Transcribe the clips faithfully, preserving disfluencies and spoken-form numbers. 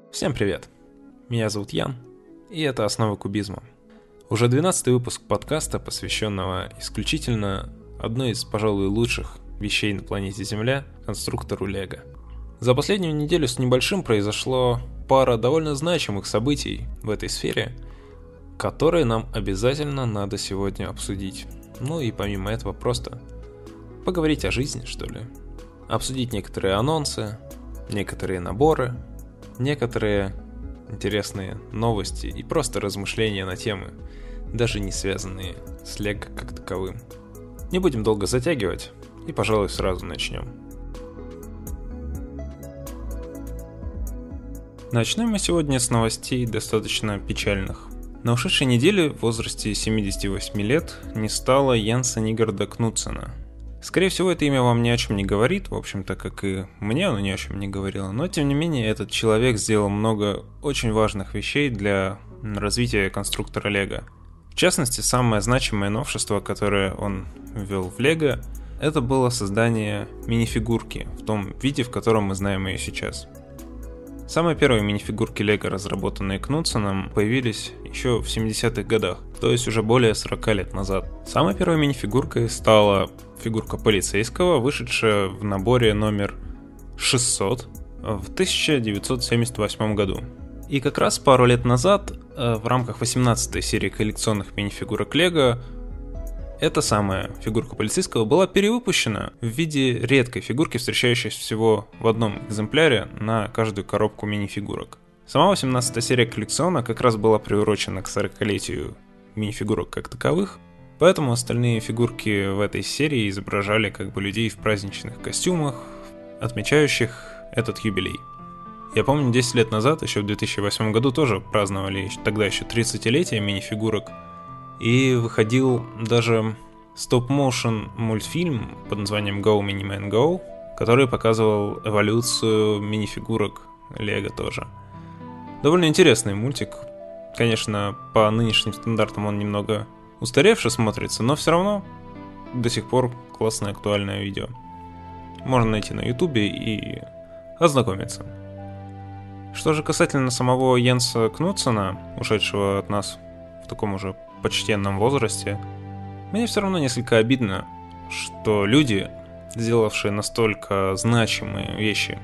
Всем привет! Меня зовут Ян, и это «Основы кубизма». Уже двенадцатый выпуск подкаста, посвященного исключительно одной из, пожалуй, лучших вещей на планете Земля — конструктору Лего. За последнюю неделю с небольшим произошло пара довольно значимых событий в этой сфере, которые нам обязательно надо сегодня обсудить. Ну и помимо этого просто поговорить о жизни, что ли. Обсудить некоторые анонсы, некоторые наборы, некоторые интересные новости и просто размышления на темы, даже не связанные с Лего как таковым. Не будем долго затягивать и, пожалуй, сразу начнем. Начнем мы сегодня с новостей достаточно печальных. На ушедшей неделе в возрасте семидесяти восьми лет не стало Йенса Нигарда Кнутсена. Скорее всего, это имя вам ни о чем не говорит, в общем-то, как и мне оно ни о чем не говорило, но тем не менее этот человек сделал много очень важных вещей для развития конструктора Лего. В частности, самое значимое новшество, которое он ввел в Лего, это было создание минифигурки в том виде, в котором мы знаем ее сейчас. Самые первые минифигурки Лего, разработанные Кнутсеном, появились еще в семидесятых годах, то есть уже более сорока лет назад. Самой первой минифигуркой стала фигурка полицейского, вышедшая в наборе номер шестьсот в тысяча девятьсот семьдесят восьмом году. И как раз пару лет назад, в рамках восемнадцатой серии коллекционных минифигурок Лего, эта самая фигурка полицейского была перевыпущена в виде редкой фигурки, встречающейся всего в одном экземпляре на каждую коробку минифигурок. Сама восемнадцатая серия коллекциона как раз была приурочена к сорокалетию минифигурок как таковых, поэтому остальные фигурки в этой серии изображали как бы людей в праздничных костюмах, отмечающих этот юбилей. Я помню, десять лет назад, еще в две тысячи восьмом году, тоже праздновали тогда еще тридцатилетие минифигурок, и выходил даже стоп-моушен мультфильм под названием Go Mini Man Go, который показывал эволюцию минифигурок Лего тоже. Довольно интересный мультик. Конечно, по нынешним стандартам он немного устаревше смотрится, но все равно до сих пор классное актуальное видео. Можно найти на ютубе и ознакомиться. Что же касательно самого Йенса Кнутсена, ушедшего от нас в таком уже почтенном возрасте, мне все равно несколько обидно, что люди, сделавшие настолько значимые вещи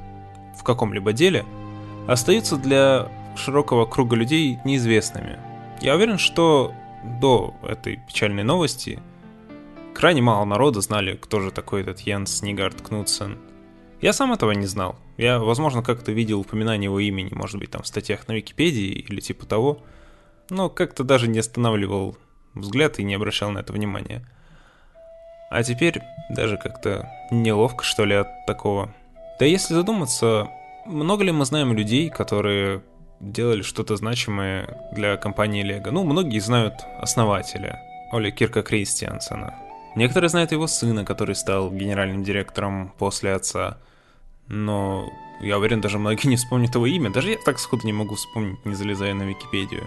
в каком-либо деле, остаются для широкого круга людей неизвестными. Я уверен, что до этой печальной новости крайне мало народа знали, кто же такой этот Йенс Нигард Кнутсен. Я сам этого не знал. Я, возможно, как-то видел упоминание его имени, может быть, там в статьях на Википедии или типа того, но как-то даже не останавливал взгляд и не обращал на это внимания. А теперь даже как-то неловко, что ли, от такого. Да если задуматься, много ли мы знаем людей, которые делали что-то значимое для компании Лего? Ну, многие знают основателя, Оля Кирка Кристиансена. Некоторые знают его сына, который стал генеральным директором после отца. Но я уверен, даже многие не вспомнят его имя. Даже я так сходу не могу вспомнить, не залезая на Википедию.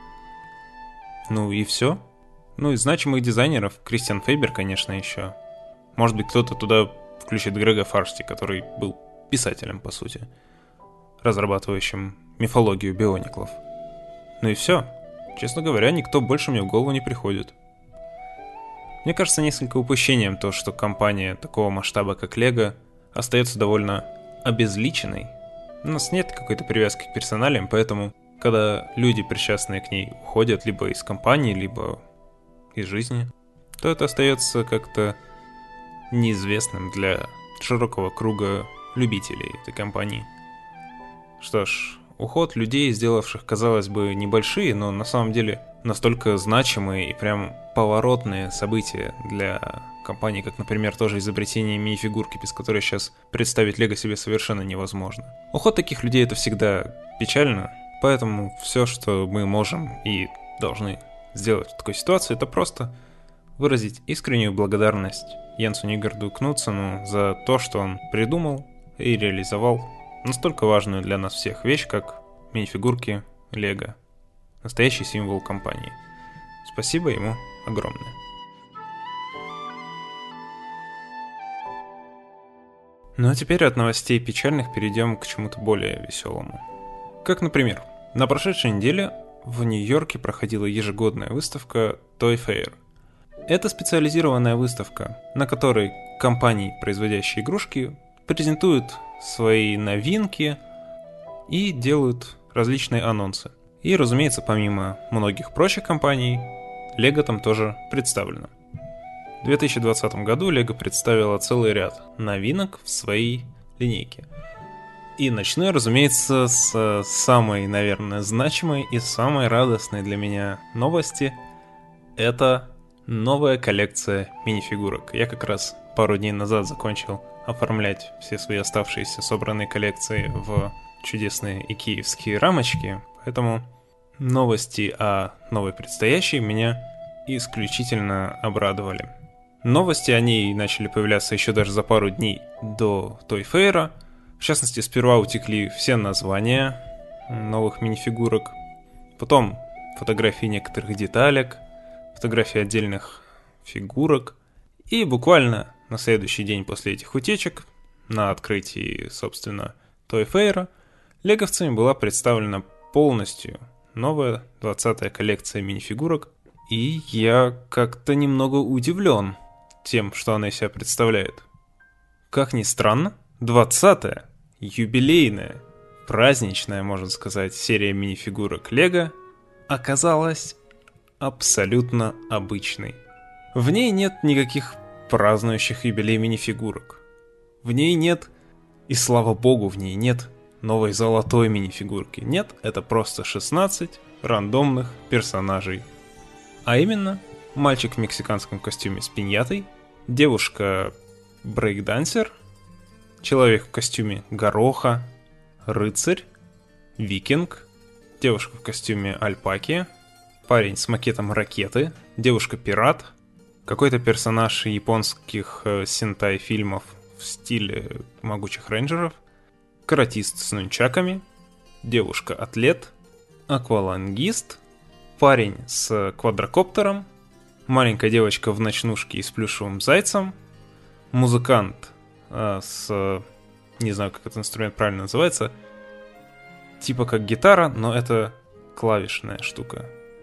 Ну и все. Ну, из значимых дизайнеров Кристиан Фейбер, конечно, еще. Может быть, кто-то туда включит Грега Фаршти, который был писателем, по сути, разрабатывающим мифологию биониклов. Ну и все. Честно говоря, никто больше мне в голову не приходит. Мне кажется несколько упущением то, что компания такого масштаба, как Лего, остается довольно обезличенной. У нас нет какой-то привязки к персоналиям, поэтому когда люди, причастные к ней, уходят либо из компании, либо из жизни, то это остается как-то неизвестным для широкого круга любителей этой компании. Что ж, уход людей, сделавших, казалось бы, небольшие, но на самом деле настолько значимые и прям поворотные события для компании, как, например, тоже изобретение минифигурки, без которой сейчас представить Лего себе совершенно невозможно. Уход таких людей — это всегда печально. Поэтому все, что мы можем и должны сделать в такой ситуации, это просто выразить искреннюю благодарность Йенсу Нигарду Кнутсену за то, что он придумал и реализовал настолько важную для нас всех вещь, как минифигурки Лего. Настоящий символ компании. Спасибо ему огромное. Ну а теперь от новостей печальных перейдем к чему-то более веселому. Как, например, на прошедшей неделе в Нью-Йорке проходила ежегодная выставка Toy Fair. Это специализированная выставка, на которой компании, производящие игрушки, презентуют свои новинки и делают различные анонсы. И, разумеется, помимо многих прочих компаний, Lego там тоже представлена. В две тысячи двадцатом году Lego представила целый ряд новинок в своей линейке. И начну я, разумеется, с самой, наверное, значимой и самой радостной для меня новости. Это новая коллекция минифигурок. Я как раз пару дней назад закончил оформлять все свои оставшиеся собранные коллекции в чудесные икеевские рамочки, поэтому новости о новой предстоящей меня исключительно обрадовали. Новости о ней начали появляться еще даже за пару дней до Toy Fair. В частности, сперва утекли все названия новых минифигурок, потом фотографии некоторых деталек, фотографии отдельных фигурок, и буквально на следующий день после этих утечек, на открытии, собственно, Toy Fair, леговцами была представлена полностью новая двадцатая коллекция минифигурок, и я как-то немного удивлен тем, что она из себя представляет. Как ни странно, двадцатая, юбилейная, праздничная, можно сказать, серия минифигурок Лего оказалась абсолютно обычной. В ней нет никаких празднующих юбилей минифигурок. В ней нет, и слава богу, в ней нет новой золотой минифигурки. Нет, это просто шестнадцать рандомных персонажей. А именно, мальчик в мексиканском костюме с пиньятой, девушка брейкдансер, человек в костюме гороха, рыцарь, викинг, девушка в костюме альпаки, парень с макетом ракеты, девушка-пират, какой-то персонаж японских э, сентай-фильмов в стиле могучих рейнджеров, каратист с нунчаками, девушка-атлет, аквалангист, парень с квадрокоптером, маленькая девочка в ночнушке и с плюшевым зайцем, музыкант э, с... не знаю, как этот инструмент правильно называется, типа как гитара, но это клавишная штука.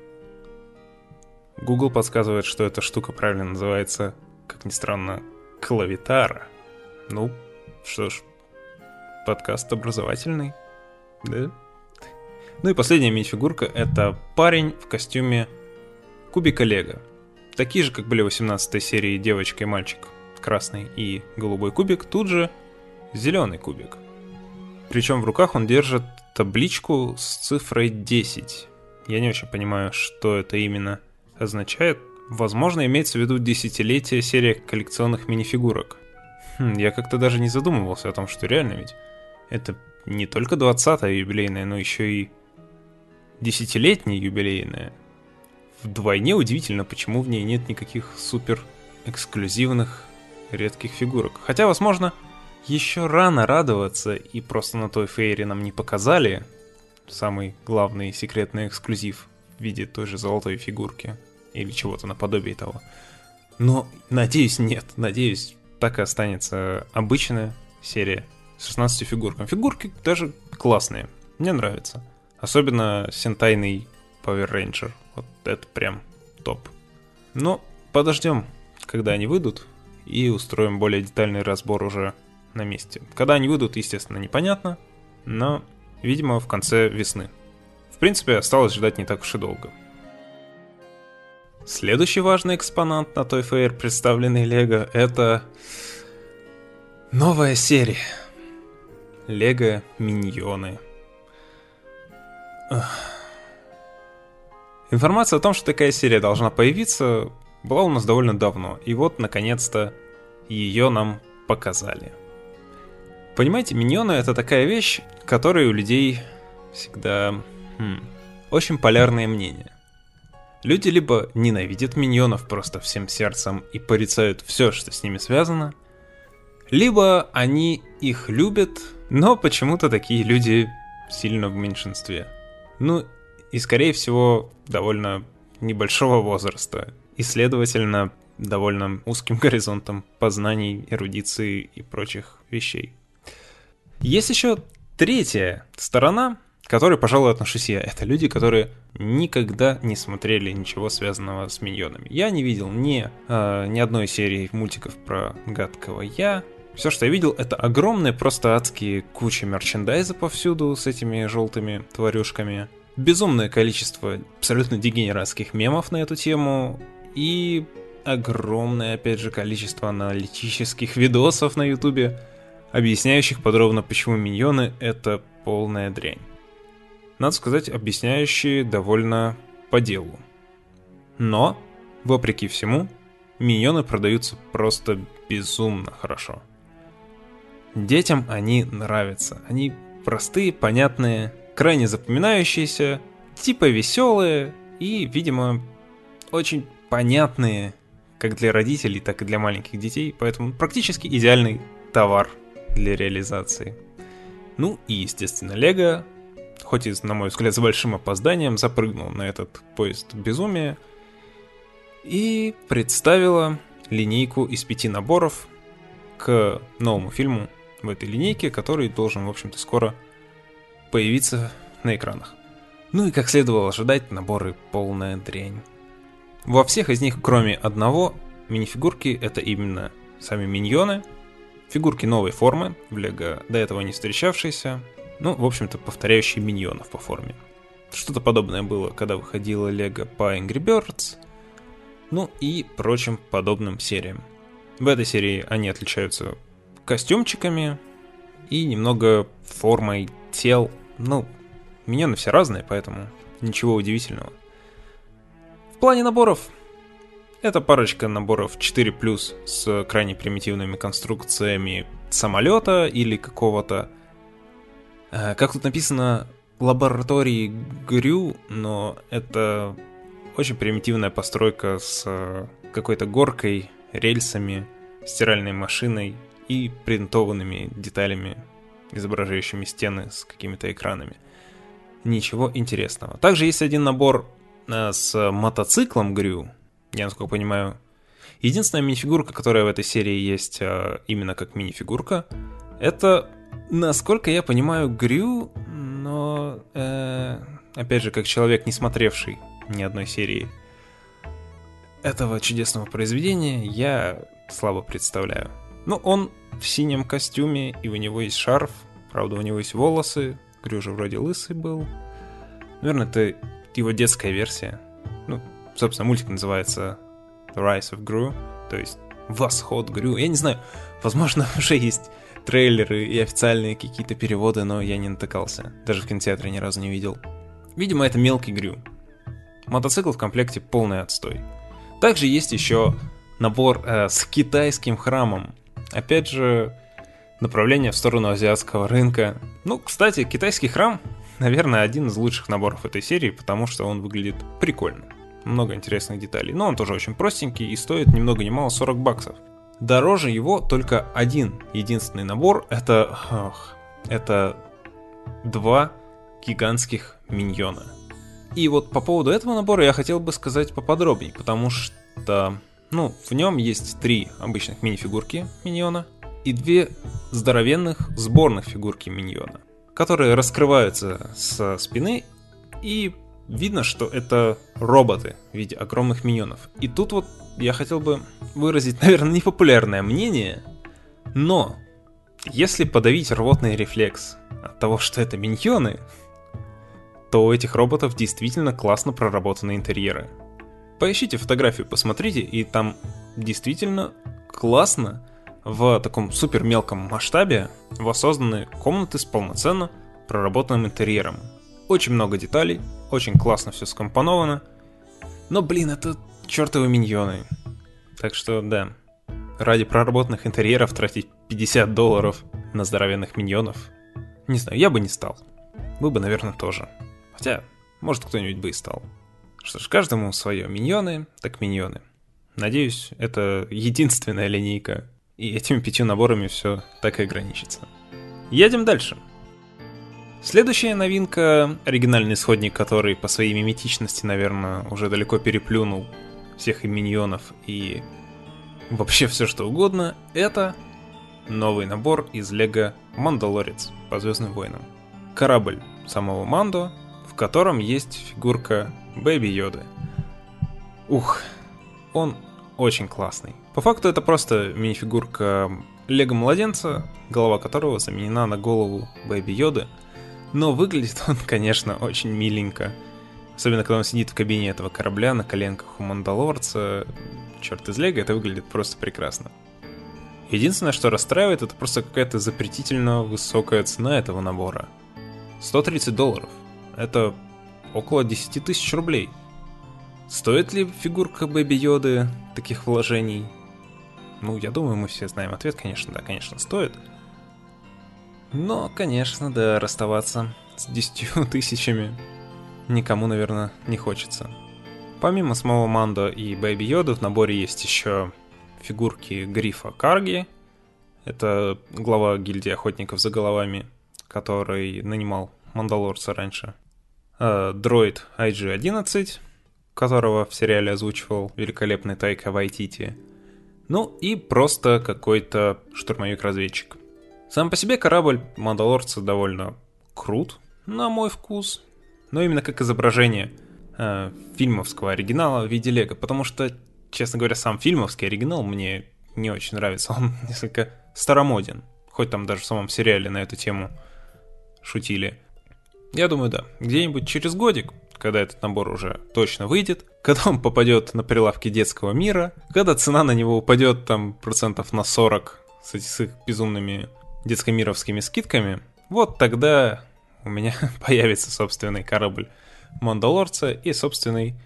Google подсказывает, что эта штука правильно называется, как ни странно, клавитара. Ну, что ж, подкаст образовательный, да? Ну и последняя минифигурка — это парень в костюме кубика Лего. Такие же, как были в восемнадцатой серии девочка и мальчик, красный и голубой кубик, тут же зеленый кубик. Причем в руках он держит табличку с цифрой десять. Я не очень понимаю, что это именно означает. Возможно, имеется в виду десятилетие серии коллекционных минифигурок. Хм, я как-то даже не задумывался о том, что реально ведь это не только двадцатая юбилейная, но еще и десятилетняя юбилейная. Вдвойне удивительно, почему в ней нет никаких супер эксклюзивных редких фигурок. Хотя, возможно, еще рано радоваться, и просто на Toy Fair нам не показали самый главный секретный эксклюзив в виде той же золотой фигурки или чего-то наподобие того. Но, надеюсь, нет. Надеюсь, так и останется обычная серия с шестнадцатью фигурками. Фигурки даже классные. Мне нравится. Особенно сентайный Power Ranger. Вот это прям топ. Но подождем, когда они выйдут, и устроим более детальный разбор уже на месте. Когда они выйдут, естественно, непонятно, но, видимо, в конце весны. В принципе, осталось ждать не так уж и долго. Следующий важный экспонат на Toy Fair, представленный Lego, это новая серия. Lego Миньоны. Информация о том, что такая серия должна появиться, была у нас довольно давно. И вот, наконец-то, ее нам показали. Понимаете, миньоны — это такая вещь, которой у людей всегда хм, очень полярные мнения. Люди либо ненавидят миньонов просто всем сердцем и порицают все, что с ними связано, либо они их любят, но почему-то такие люди сильно в меньшинстве. Ну и, скорее всего, довольно небольшого возраста, и, следовательно, довольно узким горизонтом познаний, эрудиции и прочих вещей. Есть еще третья сторона, к которой, пожалуй, отношусь я. Это люди, которые никогда не смотрели ничего связанного с миньонами. Я не видел ни, э, ни одной серии мультиков про гадкого я. Все, что я видел, это огромные, просто адские кучи мерчендайза повсюду с этими желтыми тварюшками. Безумное количество абсолютно дегенератских мемов на эту тему. И огромное, опять же, количество аналитических видосов на ютубе, объясняющих подробно, почему миньоны — это полная дрянь. Надо сказать, объясняющие довольно по делу. Но, вопреки всему, миньоны продаются просто безумно хорошо. Детям они нравятся. Они простые, понятные, крайне запоминающиеся, типа веселые и, видимо, очень понятные как для родителей, так и для маленьких детей, поэтому практически идеальный товар для реализации. Ну и, естественно, Лего, хоть и, на мой взгляд, с большим опозданием, запрыгнул на этот поезд безумия и представила линейку из пяти наборов к новому фильму в этой линейке, который должен, в общем-то, скоро появиться на экранах. Ну и, как следовало ожидать, наборы полная дрянь. Во всех из них, кроме одного, минифигурки — это именно сами миньоны, фигурки новой формы, в Лего до этого не встречавшиеся, ну, в общем-то, повторяющие миньонов по форме. Что-то подобное было, когда выходила Лего по Angry Birds, ну и прочим подобным сериям. В этой серии они отличаются костюмчиками и немного формой тел. Ну, миньоны все разные, поэтому ничего удивительного. В плане наборов, это парочка наборов четыре плюс с крайне примитивными конструкциями самолета или какого-то, как тут написано, лаборатории Грю, но это очень примитивная постройка с какой-то горкой, рельсами, стиральной машиной и принтованными деталями, изображающими стены с какими-то экранами. Ничего интересного. Также есть один набор с мотоциклом Грю, я, насколько понимаю, единственная минифигурка, которая в этой серии есть именно как минифигурка, это, насколько я понимаю, Грю, но, э, опять же, как человек, не смотревший ни одной серии этого чудесного произведения, я слабо представляю. Ну, он в синем костюме, и у него есть шарф, правда, у него есть волосы, Грю же вроде лысый был. Наверное, это его детская версия. Ну, собственно, мультик называется The Rise of Gru, то есть Восход Грю. Я не знаю, возможно, уже есть трейлеры и официальные какие-то переводы, но я не натыкался. Даже в кинотеатре ни разу не видел. Видимо, это мелкий Грю. Мотоцикл в комплекте полный отстой. Также есть еще набор э, с китайским храмом. Опять же, направление в сторону азиатского рынка. Ну, кстати, китайский храм, наверное, один из лучших наборов этой серии, потому что он выглядит прикольно. Много интересных деталей. Но он тоже очень простенький и стоит ни много ни мало сорок баксов. Дороже его только один единственный набор. Это, ох, это два гигантских миньона. И вот по поводу этого набора я хотел бы сказать поподробнее, потому что, ну, в нем есть три обычных мини-фигурки миньона и две здоровенных сборных фигурки миньона, которые раскрываются со спины, и видно, что это роботы в виде огромных миньонов. И тут вот я хотел бы выразить, наверное, непопулярное мнение, но если подавить рвотный рефлекс от того, что это миньоны, то у этих роботов действительно классно проработаны интерьеры. Поищите фотографию, посмотрите, и там действительно классно в таком супер мелком масштабе воссозданы комнаты с полноценно проработанным интерьером. Очень много деталей, очень классно все скомпоновано, но, блин, это чертовы миньоны. Так что, да, ради проработанных интерьеров тратить пятьдесят долларов на здоровенных миньонов, не знаю, я бы не стал. Вы бы, наверное, тоже. Хотя, может, кто-нибудь бы и стал. Что ж, каждому свое. Миньоны, так миньоны. Надеюсь, это единственная линейка, и этими пятью наборами все так и ограничится. Едем дальше. Следующая новинка, оригинальный исходник, который по своей миметичности, наверное, уже далеко переплюнул всех и миньонов и вообще все что угодно, это новый набор из Лего Мандалорец по Звездным войнам. Корабль самого Мандо, в котором есть фигурка Бэби Йоды. Ух, он очень классный. По факту это просто мини-фигурка Лего-младенца, голова которого заменена на голову Бэби Йоды. Но выглядит он, конечно, очень миленько. Особенно, когда он сидит в кабине этого корабля на коленках у Мандалорца. Черт из Лего, это выглядит просто прекрасно. Единственное, что расстраивает, это просто какая-то запретительно высокая цена этого набора. сто тридцать долларов. Это около десять тысяч рублей. Стоит ли фигурка Бэби Йоды таких вложений? Ну, я думаю, мы все знаем ответ, конечно, да, конечно, стоит. Но, конечно, да, расставаться с десятью тысячами никому, наверное, не хочется. Помимо самого Мандо и Бэби Йоды в наборе есть еще фигурки Грифа Карги. Это глава гильдии охотников за головами, который нанимал Мандалорца раньше. А, дроид ай джи одиннадцать, которого в сериале озвучивал великолепный Тайка Вайтити. Ну и просто какой-то штурмовик-разведчик. Сам по себе корабль Мандалорца довольно крут, на мой вкус. Но именно как изображение э, фильмовского оригинала в виде лего. Потому что, честно говоря, сам фильмовский оригинал мне не очень нравится. Он несколько старомоден. Хоть там даже в самом сериале на эту тему шутили. Я думаю, да, где-нибудь через годик, когда этот набор уже точно выйдет, когда он попадет на прилавки детского мира, когда цена на него упадет там процентов на сорок с, эти, с их безумными детско-мировскими скидками, вот тогда у меня появится собственный корабль Мандалорца и собственный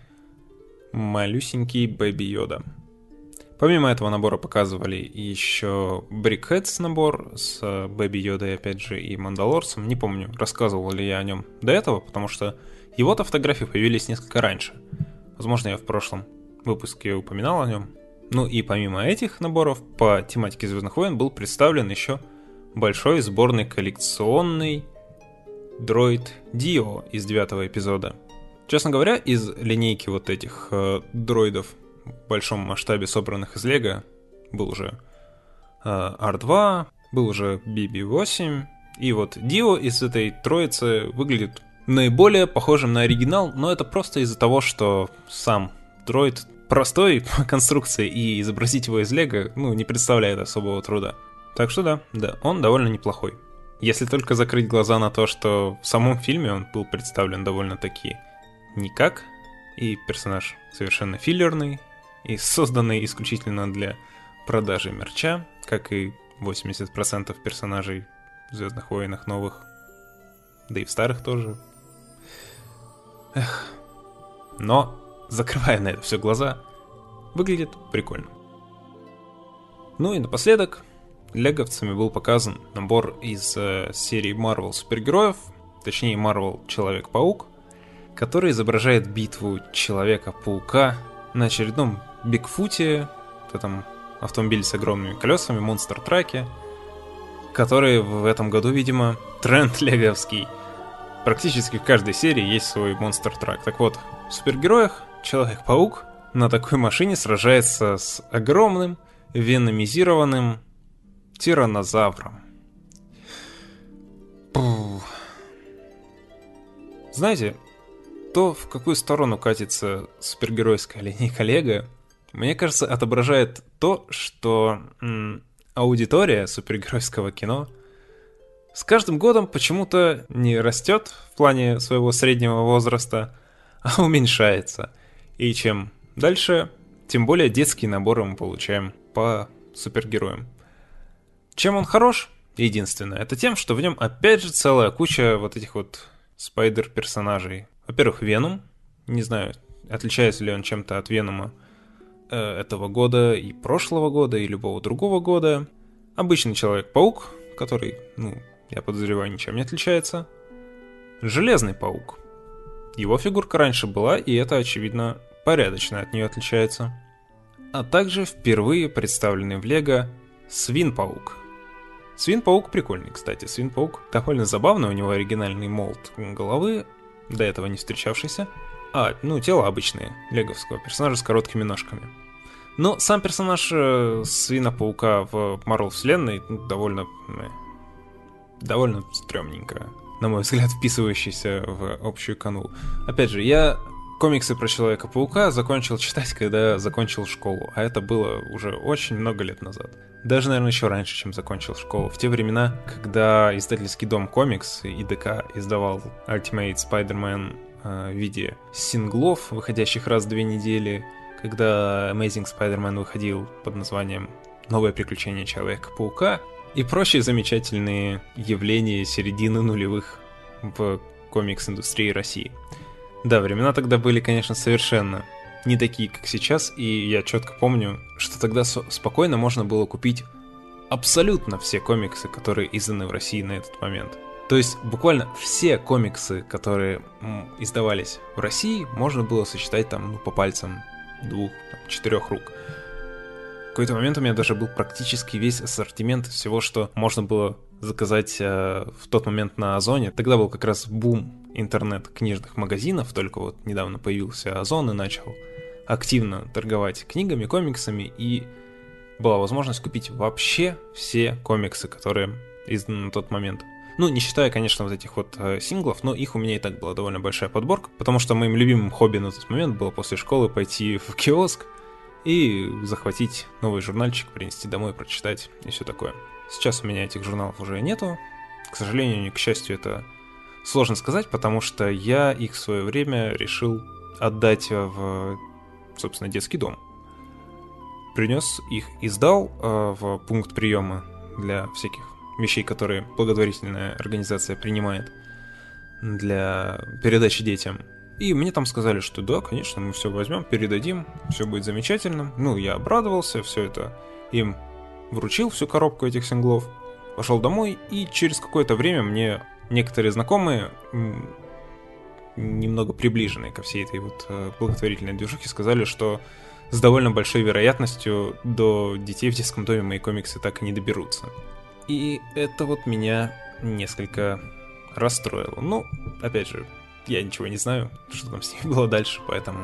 малюсенький Бэби Йода. Помимо этого набора показывали еще Brickheads набор с Бэби Йодой, опять же, и Мандалорцем. Не помню, рассказывал ли я о нем до этого, потому что его-то фотографии появились несколько раньше. Возможно, я в прошлом выпуске упоминал о нем. Ну и помимо этих наборов, по тематике Звездных войн был представлен еще большой сборный коллекционный дроид Дио из девятого эпизода. Честно говоря, из линейки вот этих э, дроидов в большом масштабе, собранных из Лего, был уже э, ар два, был уже би би восемь, и вот Дио из этой троицы выглядит наиболее похожим на оригинал, но это просто из-за того, что сам дроид простой по конструкции, и изобразить его из Лего, ну, не представляет особого труда. Так что да, да, он довольно неплохой. Если только закрыть глаза на то, что в самом фильме он был представлен довольно-таки никак, и персонаж совершенно филлерный, и созданный исключительно для продажи мерча, как и восемьдесят процентов персонажей в «Звездных войнах» новых, да и в старых тоже. Эх. Но, закрывая на это все глаза, выглядит прикольно. Ну и напоследок, леговцами был показан набор из э, серии Marvel супергероев, точнее Marvel Человек-паук, который изображает битву Человека-паука на очередном Бигфуте, этом автомобиле с огромными колесами, монстр-траке, который в этом году, видимо, тренд леговский. Практически в каждой серии есть свой монстр-трак. Так вот, в супергероях Человек-паук на такой машине сражается с огромным веномизированным тираннозавром. Пух. Знаете, то, в какую сторону катится супергеройская линейка Лего, мне кажется, отображает то, что м, аудитория супергеройского кино с каждым годом почему-то не растет в плане своего среднего возраста, а уменьшается. И чем дальше, тем более детские наборы мы получаем по супергероям. Чем он хорош? Единственное, это тем, что в нем опять же целая куча вот этих вот спайдер-персонажей. Во-первых, Веном. Не знаю, отличается ли он чем-то от Венома э, этого года и прошлого года, и любого другого года. Обычный Человек-паук, который, ну, я подозреваю, ничем не отличается. Железный паук. Его фигурка раньше была, и это, очевидно, порядочно от нее отличается. А также впервые представленный в Лего Свин-паук. Свин-паук прикольный, кстати. Свин-паук довольно забавный, у него оригинальный молд головы, до этого не встречавшийся. А, ну, тело обычное, леговского персонажа с короткими ножками. Но сам персонаж э, Свина-паука в Marvel вселенной ну, довольно... Э, довольно стрёмненько на мой взгляд, вписывающийся в общую канву. Опять же, я комиксы про Человека-паука закончил читать, когда закончил школу, а это было уже очень много лет назад. Даже, наверное, еще раньше, чем закончил школу. В те времена, когда издательский дом Комикс, и ди кей, издавал Ultimate Spider-Man э, в виде синглов, выходящих раз в две недели, когда Amazing Spider-Man выходил под названием «Новое приключение Человека-паука», и прочие замечательные явления середины нулевых в комикс-индустрии России. Да, времена тогда были, конечно, совершенно не такие, как сейчас, и я четко помню, что тогда спокойно можно было купить абсолютно все комиксы, которые изданы в России на этот момент. То есть буквально все комиксы, которые м, издавались в России, можно было сочетать там, ну, по пальцам двух, там, четырех рук. В какой-то момент у меня даже был практически весь ассортимент всего, что можно было заказать э, в тот момент на Озоне. Тогда был как раз бум интернет-книжных магазинов, только вот недавно появился Озон и начал активно торговать книгами, комиксами, и была возможность купить вообще все комиксы, которые изданы на тот момент. Ну, не считая, конечно, вот этих вот э, синглов, но их у меня и так была довольно большая подборка, потому что моим любимым хобби на тот момент было после школы пойти в киоск и захватить новый журнальчик, принести домой, прочитать и все такое. Сейчас у меня этих журналов уже нету. К сожалению, и к счастью, это сложно сказать, потому что я их в свое время решил отдать в, собственно, детский дом. Принес их и сдал э, в пункт приема для всяких вещей, которые благотворительная организация принимает для передачи детям. И мне там сказали, что да, конечно, мы все возьмем, передадим, все будет замечательно. Ну, я обрадовался, все это им вручил, всю коробку этих синглов, пошел домой, и через какое-то время мне некоторые знакомые, немного приближенные ко всей этой вот благотворительной движухе, сказали, что с довольно большой вероятностью до детей в детском доме мои комиксы так и не доберутся. И это вот меня несколько расстроило. Ну, опять же, я ничего не знаю, что там с ними было дальше, поэтому...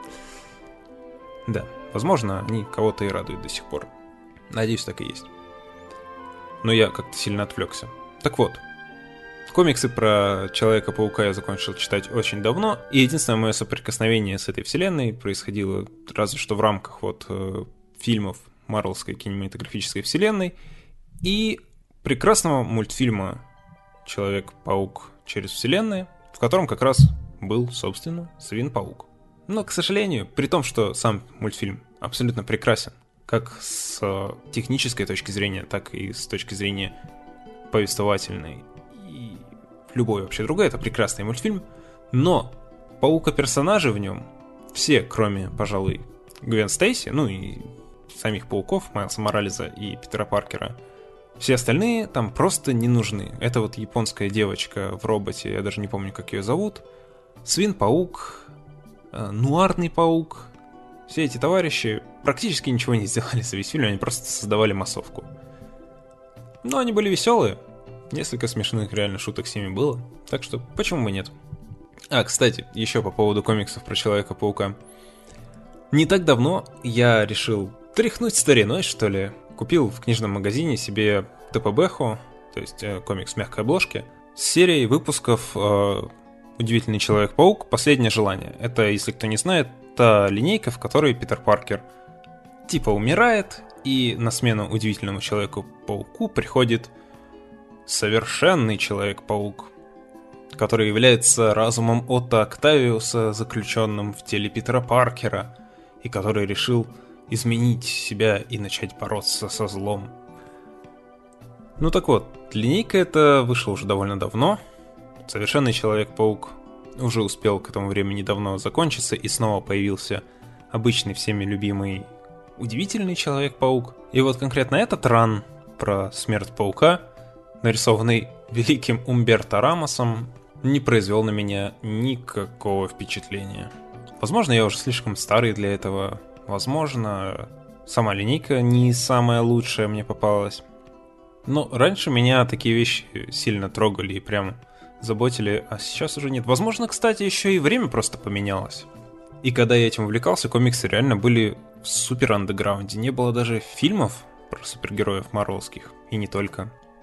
Да, возможно, они кого-то и радуют до сих пор. Надеюсь, так и есть. Но я как-то сильно отвлекся. Так вот, комиксы про Человека-паука я закончил читать очень давно, и единственное мое соприкосновение с этой вселенной происходило разве что в рамках вот э, фильмов Марвелской кинематографической вселенной и прекрасного мультфильма Человек-паук через вселенные, в котором как раз был, собственно, Свин-паук. Но, к сожалению, при том, что сам мультфильм абсолютно прекрасен, как с технической точки зрения, так и с точки зрения повествовательной и любой вообще другой, это прекрасный мультфильм, но паука-персонажи в нем, все, кроме, пожалуй, Гвен Стейси, ну и самих пауков, Майлса Моралеса и Питера Паркера, все остальные там просто не нужны. Это вот японская девочка в роботе, я даже не помню, как ее зовут, Свин-паук, э, Нуарный паук. Все эти товарищи практически ничего не сделали за весь фильм, они просто создавали массовку. Но они были веселые, несколько смешных реально шуток с ними было, так что почему бы нет. А, кстати, еще по поводу комиксов про Человека-паука. Не так давно я решил тряхнуть стариной, что ли. Купил в книжном магазине себе ТПБху, то есть э, комикс в мягкой обложке, с серией выпусков э, «Удивительный Человек-паук. Последнее желание». Это, если кто не знает, та линейка, в которой Питер Паркер типа умирает, и на смену удивительному Человеку-пауку приходит совершенный Человек-паук, который является разумом Отто Октавиуса, заключенным в теле Питера Паркера, и который решил изменить себя и начать бороться со злом. Ну так вот, линейка эта вышла уже довольно давно. Совершенный Человек-паук уже успел к этому времени давно закончиться, и снова появился обычный всеми любимый удивительный Человек-паук. И вот конкретно этот ран про смерть паука, нарисованный великим Умберто Рамосом, не произвел на меня никакого впечатления. Возможно, я уже слишком старый для этого. Возможно, сама линейка не самая лучшая мне попалась. Но раньше меня такие вещи сильно трогали и прям заботили, а сейчас уже нет. Возможно, кстати, еще и время просто поменялось. И когда я этим увлекался, комиксы реально были в супер андеграунде. Не было даже фильмов про супергероев марвелских, и не только.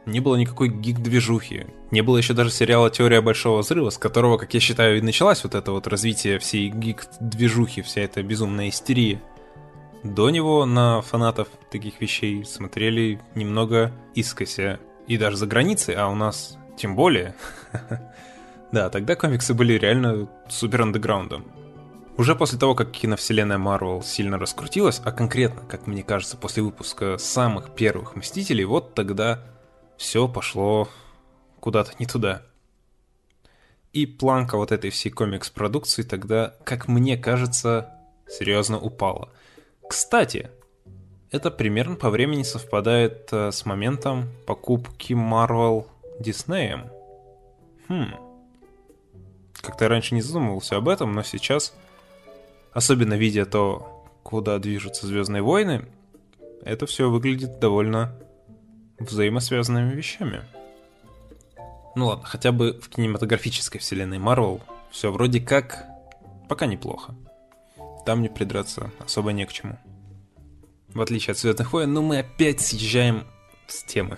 Не было никакой гик-движухи. Не было еще даже сериала «Теория Большого Взрыва», с которого, как я считаю, и началось вот это вот развитие всей гик-движухи, вся эта безумная истерия. До него на фанатов таких вещей смотрели немного искося. И даже за границей, а у нас тем более. Да, тогда комиксы были реально супер андеграундом. Уже после того, как киновселенная Marvel сильно раскрутилась, а конкретно, как мне кажется, после выпуска самых первых Мстителей, вот тогда все пошло куда-то не туда. И планка вот этой всей комикс-продукции тогда, как мне кажется, серьезно упала. Кстати, это примерно по времени совпадает э, с моментом покупки Marvel Диснеем. Хм. Как-то раньше не задумывался об этом, но сейчас, особенно видя то, куда движутся Звездные войны, это все выглядит довольно взаимосвязанными вещами. Ну ладно, хотя бы в кинематографической вселенной Marvel все вроде как пока неплохо. Там мне придраться особо не к чему. В отличие от Звездных войн, но мы опять съезжаем с темы.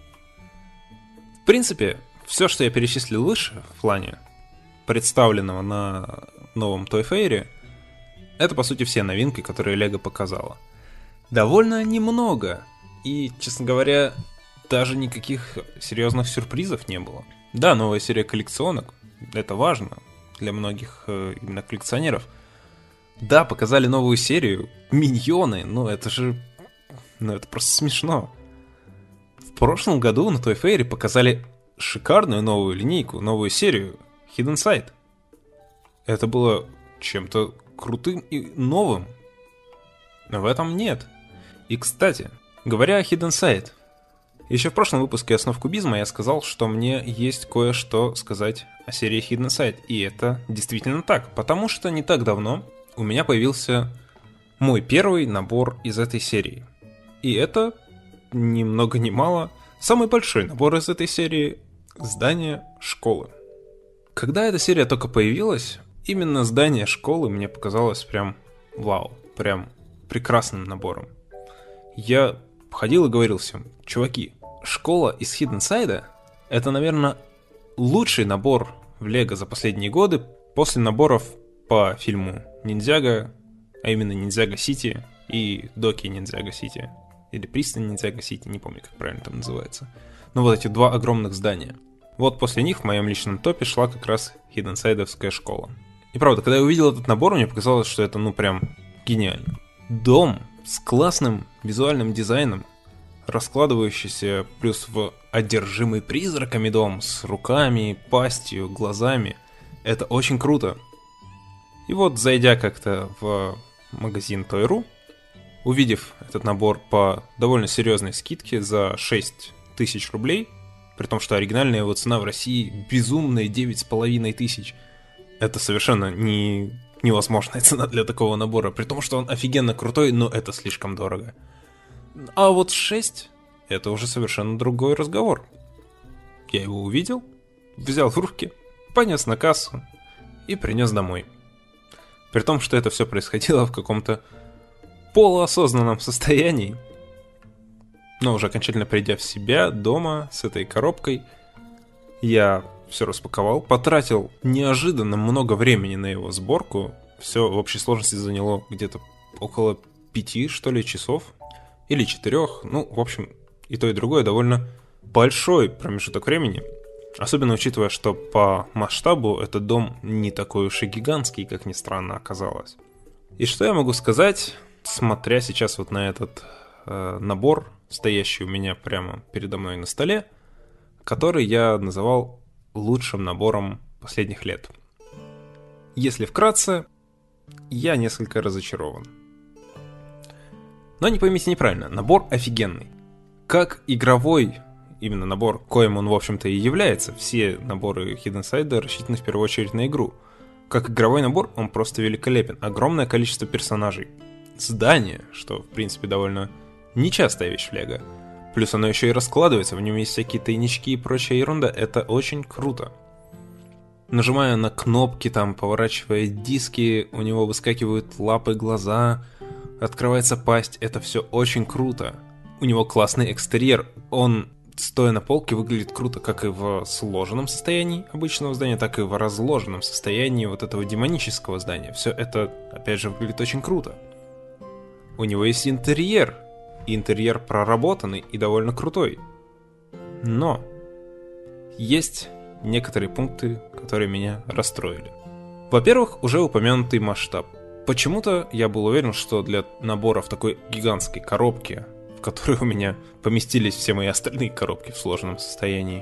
В принципе, все, что я перечислил выше в плане представленного на новом Toy Fair, это по сути все новинки, которые Lego показала. Довольно немного. И, честно говоря, даже никаких серьезных сюрпризов не было. Да, новая серия коллекционок, это важно для многих э, именно коллекционеров. Да, показали новую серию, Миньоны, ну это же, ну это просто смешно. В прошлом году на Toy Fair показали шикарную новую линейку, новую серию Hidden Side. Это было чем-то крутым и новым. Но в этом нет. И, кстати, говоря о Hidden Side, еще в прошлом выпуске «Основ кубизма» я сказал, что мне есть кое-что сказать о серии Hidden Side. И это действительно так, потому что не так давно у меня появился мой первый набор из этой серии. И это, ни много ни мало, самый большой набор из этой серии — здание школы. Когда эта серия только появилась, именно здание школы мне показалось прям вау, прям прекрасным набором. Я ходил и говорил всем: чуваки, школа из Hidden Side — это, наверное, лучший набор в Лего за последние годы после наборов по фильму Ниндзяго, а именно Ниндзяго Сити и Доки Ниндзяго Сити. Или Пристань Ниндзяго Сити, не помню, как правильно там называется. Но вот эти два огромных здания. Вот после них в моем личном топе шла как раз Хидденсайдовская школа. И правда, когда я увидел этот набор, мне показалось, что это ну прям гениально. Дом с классным визуальным дизайном, раскладывающийся плюс в одержимый призраками дом с руками, пастью, глазами. Это очень круто. И вот, зайдя как-то в магазин той точка ру, увидев этот набор по довольно серьезной скидке за шесть тысяч рублей, при том, что оригинальная его цена в России безумная девять с половиной тысяч, это совершенно не... невозможная цена для такого набора, при том, что он офигенно крутой, но это слишком дорого. А вот шесть — это уже совершенно другой разговор. Я его увидел, взял в руки, понес на кассу и принес домой. При том, что это все происходило в каком-то полуосознанном состоянии. Но уже окончательно придя в себя дома с этой коробкой, я все распаковал, потратил неожиданно много времени на его сборку. Все в общей сложности заняло где-то около пяти, что ли, часов. Или четырех. Ну, в общем, и то, и другое довольно большой промежуток времени. Особенно учитывая, что по масштабу этот дом не такой уж и гигантский, как ни странно оказалось. И что я могу сказать, смотря сейчас вот на этот э, набор, стоящий у меня прямо передо мной на столе, который я называл лучшим набором последних лет. Если вкратце, я несколько разочарован. Но не поймите неправильно, набор офигенный. Как игровой, именно набор, коим он в общем-то и является, все наборы Hidden Side рассчитаны в первую очередь на игру. Как игровой набор он просто великолепен, огромное количество персонажей. Здание, что в принципе довольно нечастая вещь в Лего. Плюс оно еще и раскладывается, в нем есть всякие тайнички и прочая ерунда, это очень круто. Нажимая на кнопки, там, поворачивая диски, у него выскакивают лапы, глаза, открывается пасть, это все очень круто. У него классный экстерьер, он стоя на полке, выглядит круто как и в сложенном состоянии обычного здания, так и в разложенном состоянии вот этого демонического здания. Все это, опять же, выглядит очень круто. У него есть интерьер, и интерьер проработанный и довольно крутой. Но есть некоторые пункты, которые меня расстроили. Во-первых, уже упомянутый масштаб. Почему-то я был уверен, что для набора в такой гигантской коробке, в которой у меня поместились все мои остальные коробки в сложенном состоянии,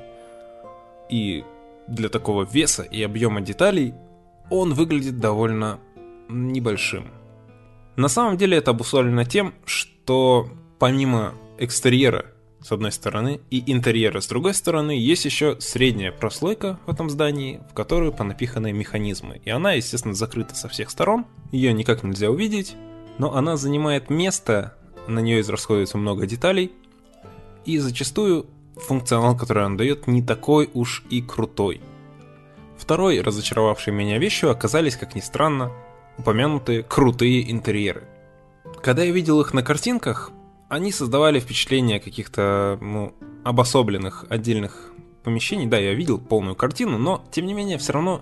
и для такого веса и объема деталей, он выглядит довольно небольшим. На самом деле это обусловлено тем, что помимо экстерьера с одной стороны и интерьера с другой стороны, есть еще средняя прослойка в этом здании, в которую понапиханы механизмы. И она, естественно, закрыта со всех сторон, ее никак нельзя увидеть, но она занимает место, на нее израсходуется много деталей, и зачастую функционал, который он дает, не такой уж и крутой. Второй разочаровавшей меня вещью оказались, как ни странно, упомянутые крутые интерьеры. Когда я видел их на картинках, они создавали впечатление каких-то, ну, обособленных отдельных помещений. Да, я видел полную картину, но, тем не менее, все равно,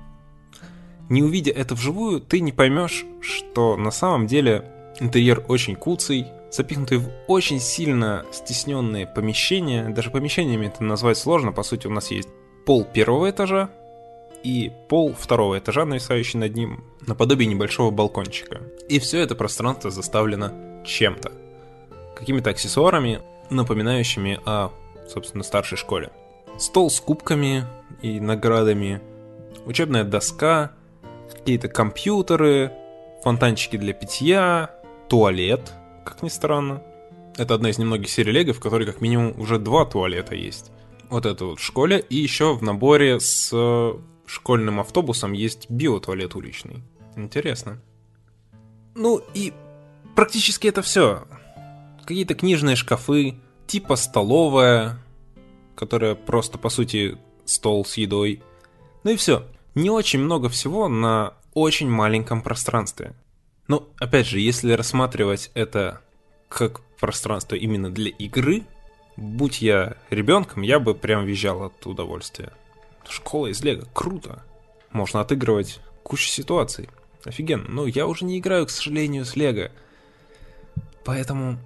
не увидя это вживую, ты не поймешь, что на самом деле интерьер очень куцый, запихнутый в очень сильно стесненные помещения. Даже помещениями это назвать сложно. По сути, у нас есть пол первого этажа и пол второго этажа, нависающий над ним, наподобие небольшого балкончика. И все это пространство заставлено чем-то. Какими-то аксессуарами, напоминающими о, собственно, старшей школе. Стол с кубками и наградами, учебная доска, какие-то компьютеры, фонтанчики для питья, туалет, как ни странно. Это одна из немногих серий Лего, в которой как минимум уже два туалета есть. Вот это вот в школе, и еще в наборе с школьным автобусом есть биотуалет уличный. Интересно. Ну и практически это все. Какие-то книжные шкафы, типа столовая, которая просто, по сути, стол с едой. Ну и все. Не очень много всего на очень маленьком пространстве. Но, опять же, если рассматривать это как пространство именно для игры, будь я ребенком, я бы прям визжал от удовольствия. Школа из Лего, круто. Можно отыгрывать кучу ситуаций. Офигенно. Но я уже не играю, к сожалению, с Лего. Поэтому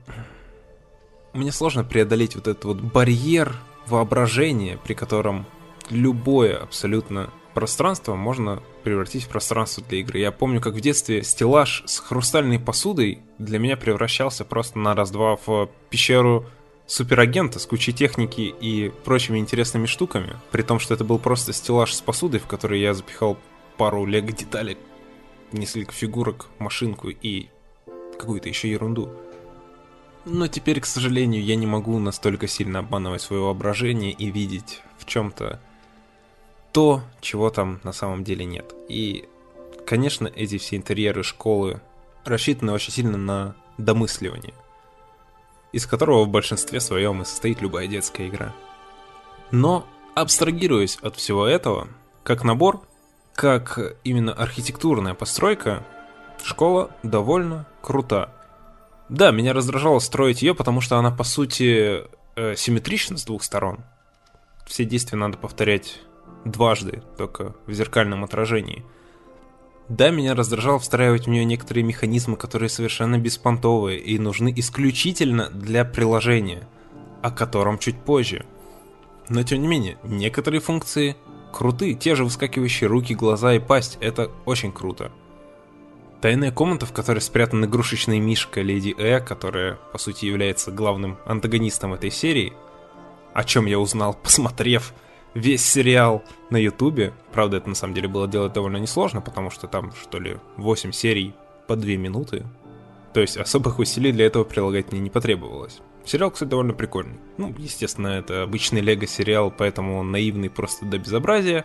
мне сложно преодолеть вот этот вот барьер воображения, при котором любое абсолютно пространство можно превратить в пространство для игры. Я помню, как в детстве стеллаж с хрустальной посудой для меня превращался просто на раз-два в пещеру суперагента с кучей техники и прочими интересными штуками. При том, что это был просто стеллаж с посудой, в который я запихал пару лего-деталек, несколько фигурок, машинку и какую-то еще ерунду. Но теперь, к сожалению, я не могу настолько сильно обманывать свое воображение и видеть в чем-то то, чего там на самом деле нет. И, конечно, эти все интерьеры школы рассчитаны очень сильно на домысливание, из которого в большинстве своем и состоит любая детская игра. Но, абстрагируясь от всего этого, как набор, как именно архитектурная постройка, школа довольно крута. Да, меня раздражало строить ее, потому что она, по сути, э, симметрична с двух сторон. Все действия надо повторять дважды, только в зеркальном отражении. Да, меня раздражало встраивать в нее некоторые механизмы, которые совершенно беспонтовые и нужны исключительно для приложения, о котором чуть позже. Но тем не менее, некоторые функции крутые, те же выскакивающие руки, глаза и пасть, это очень круто. Тайная комната, в которой спрятан игрушечный мишка Леди Э, которая, по сути, является главным антагонистом этой серии, о чем я узнал, посмотрев весь сериал на ютубе. Правда, это на самом деле было делать довольно несложно, потому что там, что ли, восемь серий по две минуты. То есть особых усилий для этого прилагать мне не потребовалось. Сериал, кстати, довольно прикольный. Ну, естественно, это обычный лего-сериал, поэтому он наивный просто до безобразия.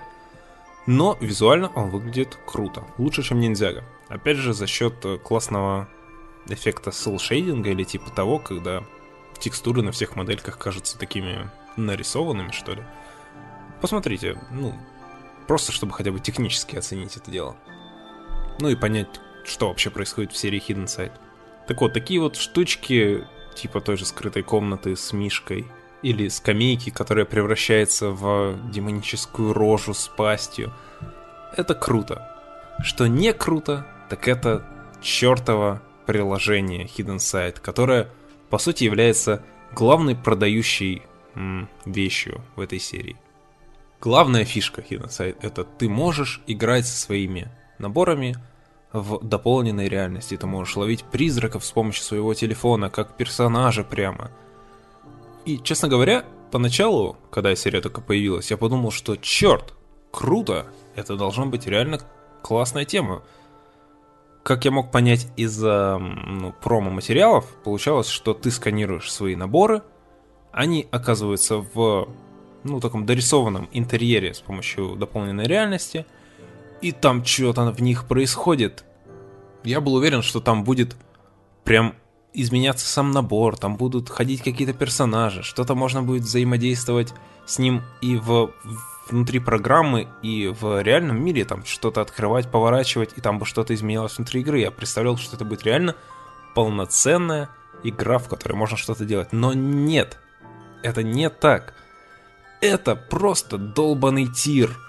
Но визуально он выглядит круто. Лучше, чем Ниндзяго. Опять же, за счет классного эффекта селл-шейдинга или типа того, когда текстуры на всех модельках кажутся такими нарисованными, что ли. Посмотрите, ну, просто чтобы хотя бы технически оценить это дело. Ну и понять, что вообще происходит в серии Hidden Side. Так вот, такие вот штучки, типа той же скрытой комнаты с мишкой, или скамейки, которая превращается в демоническую рожу с пастью. Это круто. Что не круто, так это чертово приложение Hidden Side, которое, по сути, является главной продающей м, вещью в этой серии. Главная фишка Hidden Side — это ты можешь играть со своими наборами в дополненной реальности. Ты можешь ловить призраков с помощью своего телефона, как персонажа прямо. И, честно говоря, поначалу, когда серия только появилась, я подумал, что черт, круто, это должно быть реально классная тема. Как я мог понять из ну, промо-материалов, получалось, что ты сканируешь свои наборы, они оказываются в ну, таком дорисованном интерьере с помощью дополненной реальности, и там что-то в них происходит. Я был уверен, что там будет прям изменяться сам набор, там будут ходить какие-то персонажи, что-то можно будет взаимодействовать с ним и в, внутри программы, и в реальном мире, там что-то открывать, поворачивать, и там бы что-то изменялось внутри игры. Я представлял, что это будет реально полноценная игра, в которой можно что-то делать. Но нет, это не так. Это просто долбаный тир.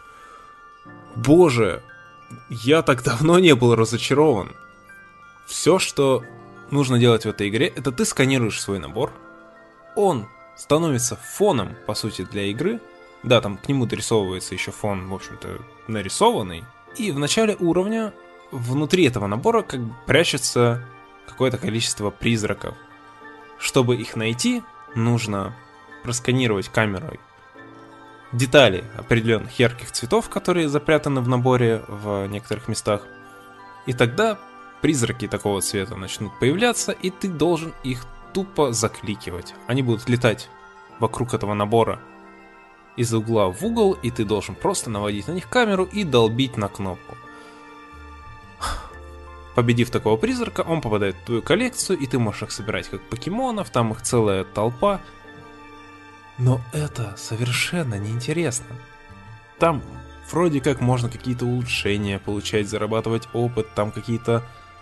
Боже, я так давно не был разочарован. Все, что нужно делать в этой игре, это ты сканируешь свой набор, он становится фоном, по сути, для игры. Да, там к нему дорисовывается еще фон, в общем-то, нарисованный. И в начале уровня внутри этого набора как бы прячется какое-то количество призраков. Чтобы их найти, нужно просканировать камерой детали определенных ярких цветов, которые запрятаны в наборе в некоторых местах. И тогда призраки такого цвета начнут появляться, и ты должен их тупо закликивать. Они будут летать вокруг этого набора из угла в угол, и ты должен просто наводить на них камеру и долбить на кнопку. Победив такого призрака, он попадает в твою коллекцию, и ты можешь их собирать как покемонов, там их целая толпа. Но это совершенно неинтересно. Там вроде как можно какие-то улучшения получать, зарабатывать опыт, там какие-то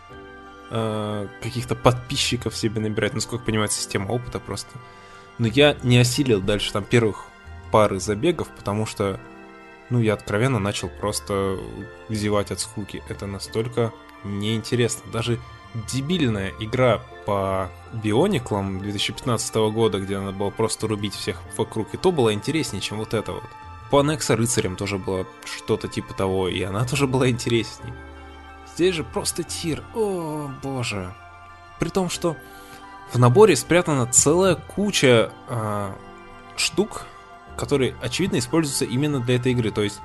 э, каких-то подписчиков себе набирать, насколько я понимаю, система опыта просто. Но я не осилил дальше там первых пары забегов, потому что, ну, я откровенно начал просто зевать от скуки. Это настолько неинтересно. Даже дебильная игра по Биониклам две тысячи пятнадцатого года, где надо было просто рубить всех вокруг, и то было интереснее, чем вот это вот. По Nexa рыцарям тоже было что-то типа того, и она тоже была интересней. Здесь же просто тир, о боже. При том, что в наборе спрятана целая куча э, штук, которые, очевидно, используются именно для этой игры. То есть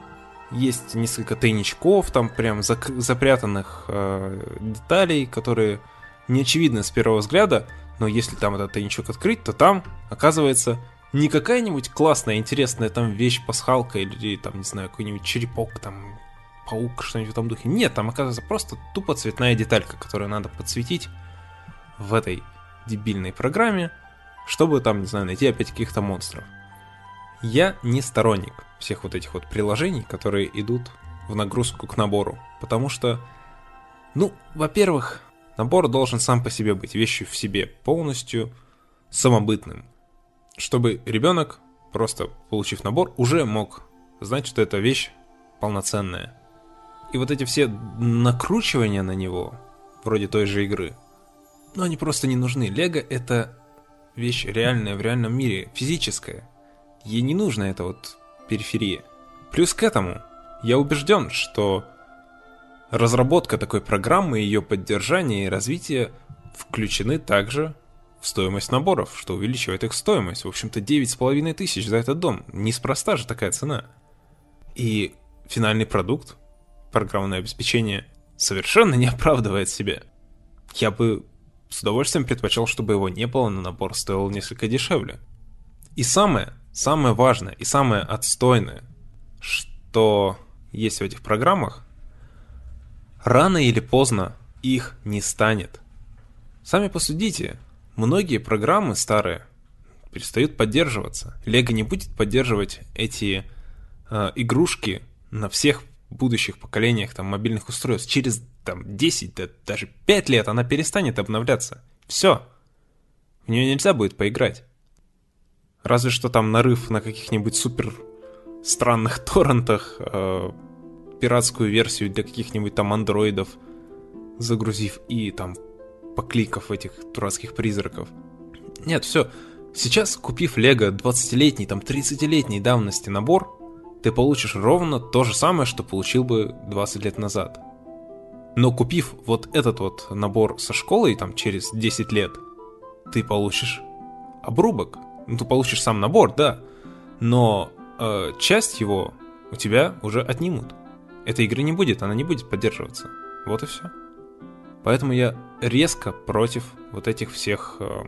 есть несколько тайничков, там прям зак- запрятанных э, деталей, которые не очевидны с первого взгляда, но если там этот тайничок открыть, то там оказывается не какая-нибудь классная, интересная там вещь, пасхалка или там, не знаю, какой-нибудь черепок, там паук, что-нибудь в этом духе. Нет, там оказывается просто тупо цветная деталька, которую надо подсветить в этой дебильной программе, чтобы там, не знаю, найти опять каких-то монстров. Я не сторонник всех вот этих вот приложений, которые идут в нагрузку к набору, потому что, ну, во-первых, набор должен сам по себе быть вещью в себе, полностью самобытным, чтобы ребенок, просто получив набор, уже мог знать, что эта вещь полноценная. И вот эти все накручивания на него, вроде той же игры, ну, они просто не нужны. Лего — это вещь реальная в реальном мире, физическая. Ей не нужна эта вот периферия. Плюс к этому, я убежден, что разработка такой программы, ее поддержание и развитие включены также в стоимость наборов, что увеличивает их стоимость. В общем-то, девять с половиной тысяч за этот дом. Неспроста же такая цена. И финальный продукт, программное обеспечение, совершенно не оправдывает себя. Я бы с удовольствием предпочел, чтобы его не было, но набор стоил несколько дешевле. И самое, самое важное и самое отстойное, что есть в этих программах, рано или поздно их не станет. Сами посудите, многие программы старые перестают поддерживаться. Лего не будет поддерживать эти э, игрушки на всех будущих поколениях там, мобильных устройств. Через там, десять, да, даже пять лет она перестанет обновляться. Все. В нее нельзя будет поиграть. Разве что там нарыв на каких-нибудь супер странных торрентах, э, пиратскую версию для каких-нибудь там андроидов, загрузив и там покликав этих дурацких призраков. Нет, все. Сейчас, купив Лего двадцатилетний, там тридцатилетней давности набор, ты получишь ровно то же самое, что получил бы двадцать лет назад. Но купив вот этот вот набор со школой там через десять лет, ты получишь обрубок. Ну, ты получишь сам набор, да, но э, часть его у тебя уже отнимут. Этой игры не будет, она не будет поддерживаться. Вот и все. Поэтому я резко против вот этих всех э,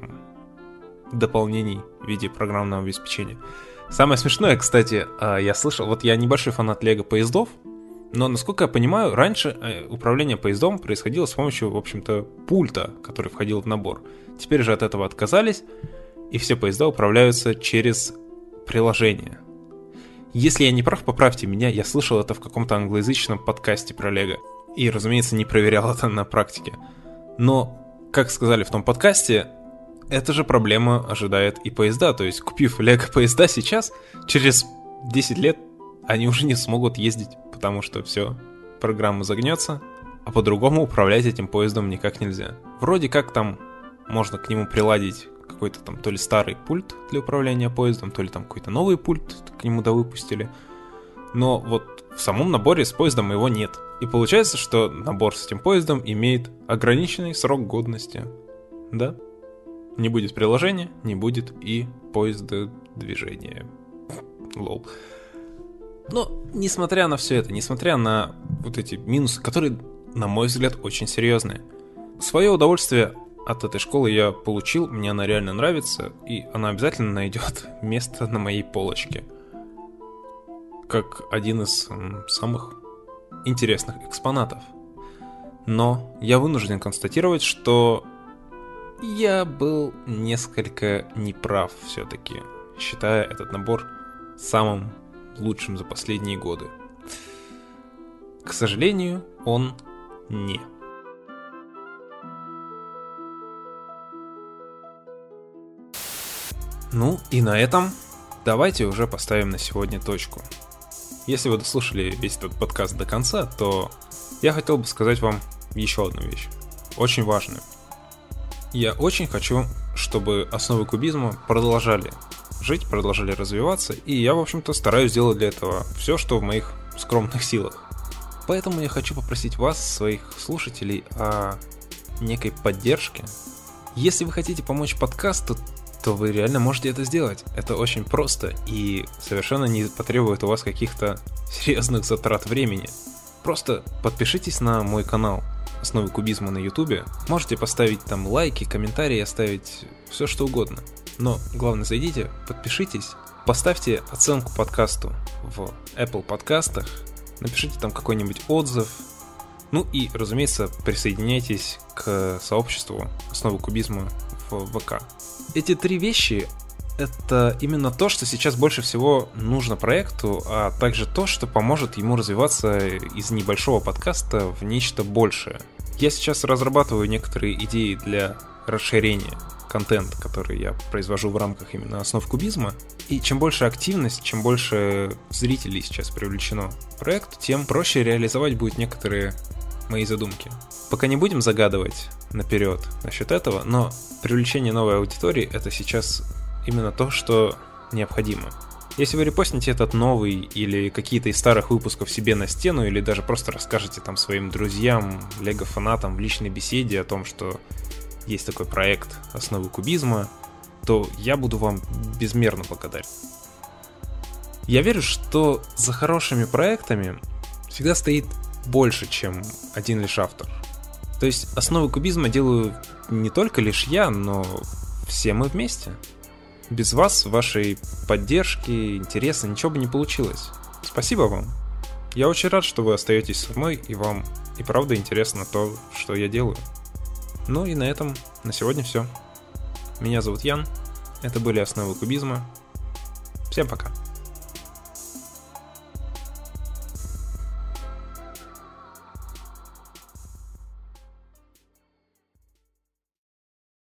дополнений в виде программного обеспечения. Самое смешное, кстати, э, я слышал, вот я небольшой фанат Лего поездов, но, насколько я понимаю, раньше э, управление поездом происходило с помощью, в общем-то, пульта, который входил в набор. Теперь же от этого отказались, и все поезда управляются через приложение. Если я не прав, поправьте меня, я слышал это в каком-то англоязычном подкасте про Лего. И, разумеется, не проверял это на практике. Но, как сказали в том подкасте, эта же проблема ожидает и поезда. То есть, купив Лего-поезда сейчас, через десять лет они уже не смогут ездить, потому что все, программа загнется, а по-другому управлять этим поездом никак нельзя. Вроде как там можно к нему приладить какой-то там то ли старый пульт для управления поездом, то ли там какой-то новый пульт к нему довыпустили. Но вот в самом наборе с поездом его нет. И получается, что набор с этим поездом имеет ограниченный срок годности. Да? Не будет приложения, не будет и поезда движения. Лол. Но, несмотря на все это, несмотря на вот эти минусы, которые, на мой взгляд, очень серьезные, свое удовольствие от этой школы я получил, мне она реально нравится, и она обязательно найдет место на моей полочке. Как один из м, самых интересных экспонатов. Но я вынужден констатировать, что я был несколько неправ все-таки, считая этот набор самым лучшим за последние годы. К сожалению, он не. Ну и на этом давайте уже поставим на сегодня точку. Если вы дослушали весь этот подкаст до конца, то я хотел бы сказать вам еще одну вещь, очень важную. Я очень хочу, чтобы основы кубизма продолжали жить, продолжали развиваться, и я, в общем-то, стараюсь сделать для этого все, что в моих скромных силах. Поэтому я хочу попросить вас, своих слушателей, о некой поддержке. Если вы хотите помочь подкасту, то вы реально можете это сделать. Это очень просто и совершенно не потребует у вас каких-то серьезных затрат времени. Просто подпишитесь на мой канал «Основы кубизма» на ютубе. Можете поставить там лайки, комментарии, оставить все что угодно. Но главное, зайдите, подпишитесь, поставьте оценку подкасту в Apple подкастах, напишите там какой-нибудь отзыв. Ну и, разумеется, присоединяйтесь к сообществу «Основы кубизма» в ВК. Эти три вещи — это именно то, что сейчас больше всего нужно проекту, а также то, что поможет ему развиваться из небольшого подкаста в нечто большее. Я сейчас разрабатываю некоторые идеи для расширения контента, который я произвожу в рамках именно основ кубизма. И чем больше активность, чем больше зрителей сейчас привлечено к проекту, тем проще реализовать будет некоторые мои задумки. Пока не будем загадывать наперед насчет этого, но привлечение новой аудитории — это сейчас именно то, что необходимо. Если вы репостните этот новый или какие-то из старых выпусков себе на стену, или даже просто расскажете там своим друзьям, лего-фанатам в личной беседе о том, что есть такой проект «Основы кубизма», то я буду вам безмерно благодарен. Я верю, что за хорошими проектами всегда стоит больше, чем один лишь автор. То есть основы кубизма делаю не только лишь я, но все мы вместе. Без вас, вашей поддержки, интереса ничего бы не получилось. Спасибо вам. Я очень рад, что вы остаетесь со мной, и вам и правда интересно то, что я делаю. Ну и на этом на сегодня все. Меня зовут Ян. Это были основы кубизма. Всем пока.